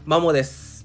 マモです。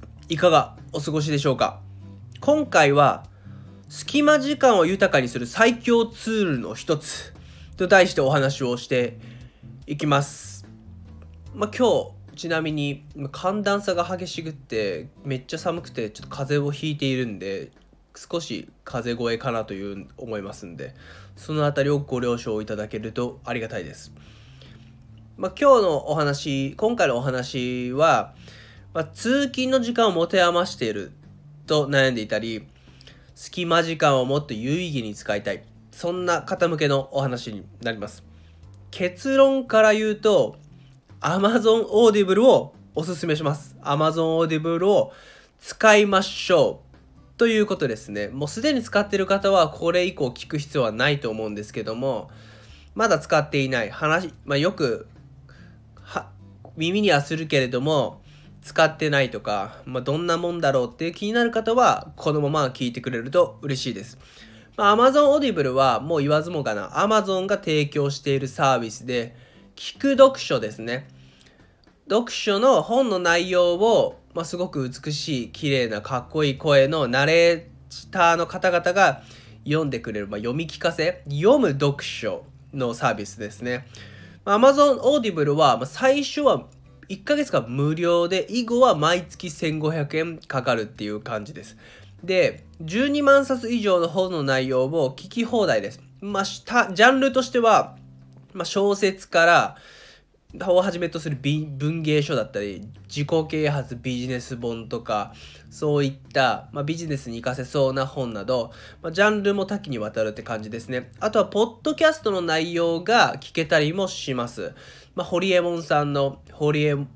いかがお過ごしでしょうか。今回は隙間時間を豊かにする最強ツールの一つと題してお話をしていきます。今日ちなみに寒暖差が激しくってめっちゃ寒くてちょっと風邪をひいているんで、少し風邪声かなという思いますんで、そのあたりをご了承いただけるとありがたいです。今回のお話は、通勤の時間を持て余していると悩んでいたり、隙間時間をもっと有意義に使いたい、そんな方向けのお話になります。結論から言うと Amazon Audible をおすすめします。 Amazon Audible を使いましょうということですね。もうすでに使っている方はこれ以降聞く必要はないと思うんですけども、まだ使っていない話、よく耳にはするけれども使ってないとか、どんなもんだろうって気になる方はこのまま聞いてくれると嬉しいです。Amazon Audible はもう言わずもがな Amazon が提供しているサービスで、聞く読書ですね。読書の本の内容を、すごく美しい綺麗なかっこいい声のナレーターの方々が読んでくれる、読み聞かせ読む読書のサービスですね。Amazon Audible は最初は1ヶ月間無料で、以後は毎月1500円かかるっていう感じです。で、12万冊以上の本の内容を聞き放題です。ジャンルとしては、小説からをはじめとする文芸書だったり、自己啓発ビジネス本とか、そういった、ビジネスに活かせそうな本など、ジャンルも多岐にわたるって感じですね。あとはポッドキャストの内容が聞けたりもします。ホリエモンさんのホリエモン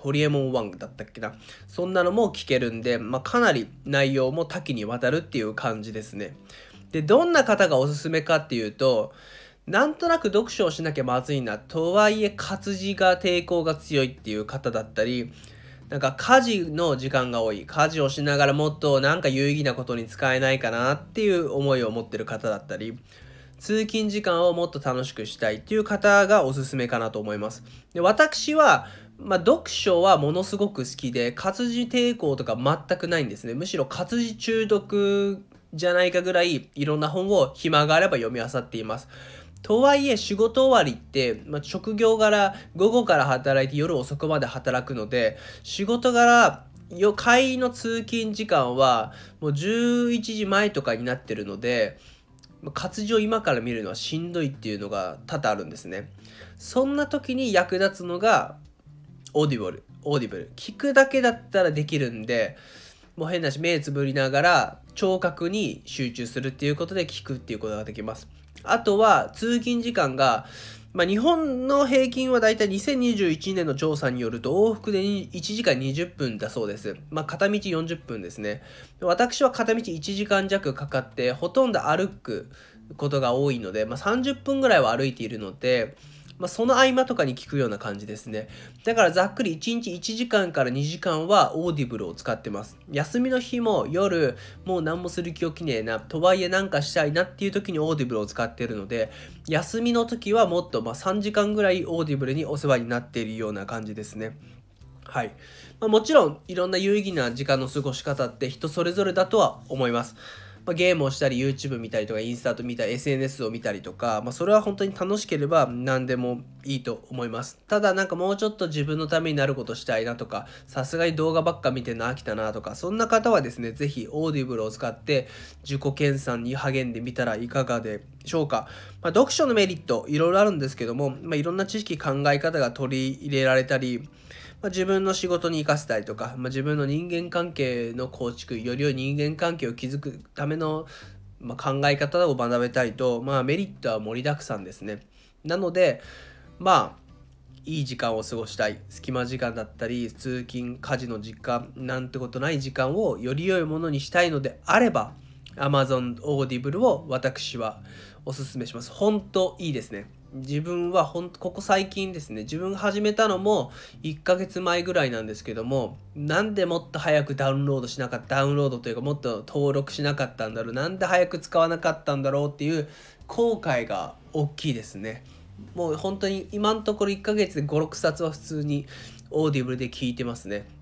1だったっけな、そんなのも聞けるんで、かなり内容も多岐にわたるっていう感じですね。で、どんな方がおすすめかっていうと、なんとなく読書をしなきゃまずいなとはいえ活字が抵抗が強いっていう方だったり、家事の時間が多い、家事をしながらもっと有意義なことに使えないかなっていう思いを持ってる方だったり、通勤時間をもっと楽しくしたいっていう方がおすすめかなと思います。で、私は読書はものすごく好きで、活字抵抗とか全くないんですね。むしろ活字中毒じゃないかぐらいいろんな本を暇があれば読み漁っています。とはいえ仕事終わりって、職業柄午後から働いて夜遅くまで働くので、仕事柄帰りの通勤時間はもう11時前とかになってるので、活字を今から見るのはしんどいっていうのが多々あるんですね。そんな時に役立つのがオーディブル聞くだけだったらできるんで、もう変なし目つぶりながら聴覚に集中するっていうことで聞くっていうことができます。あとは通勤時間が、日本の平均はだいたい2021年の調査によると往復で1時間20分だそうです。片道40分ですね。私は片道1時間弱かかってほとんど歩くことが多いので、30分ぐらいは歩いているので、その合間とかに聞くような感じですね。だからざっくり1日1時間から2時間はオーディブルを使ってます。休みの日も夜もう何もする気起きねえな、とはいえしたいなっていう時にオーディブルを使ってるので、休みの時はもっと3時間ぐらいオーディブルにお世話になっているような感じですね。はい。もちろんいろんな有意義な時間の過ごし方って人それぞれだとは思います。ゲームをしたり YouTube 見たりとかインスタと見たり SNS を見たりとか、それは本当に楽しければ何でもいいと思います。ただもうちょっと自分のためになることしたいなとか、さすがに動画ばっか見てるの飽きたなとか、そんな方はですね、ぜひオーディブルを使って自己研鑽に励んでみたらいかがでしょうか。読書のメリットいろいろあるんですけども、いろんな知識考え方が取り入れられたり、自分の仕事に生かせたりとか、自分の人間関係の構築、より良い人間関係を築くための、考え方を学べたりと、メリットは盛りだくさんですね。なので、いい時間を過ごしたい、隙間時間だったり、通勤、家事の時間、なんてことない時間をより良いものにしたいのであれば、Amazon Audible を私はおすすめします。本当いいですね。自分はここ最近ですね、自分が始めたのも1ヶ月前ぐらいなんですけども、なんでもっと早くダウンロードというかもっと登録しなかったんだろう、なんで早く使わなかったんだろうっていう後悔が大きいですね。もう本当に今のところ1ヶ月で5、6冊は普通にオーディブルで聞いてますね。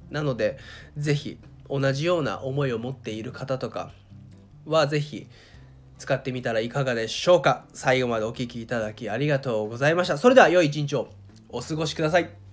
なのでぜひ同じような思いを持っている方とかはぜひ使ってみたらいかがでしょうか。最後までお聞きいただきありがとうございました。それでは良い一日をお過ごしください。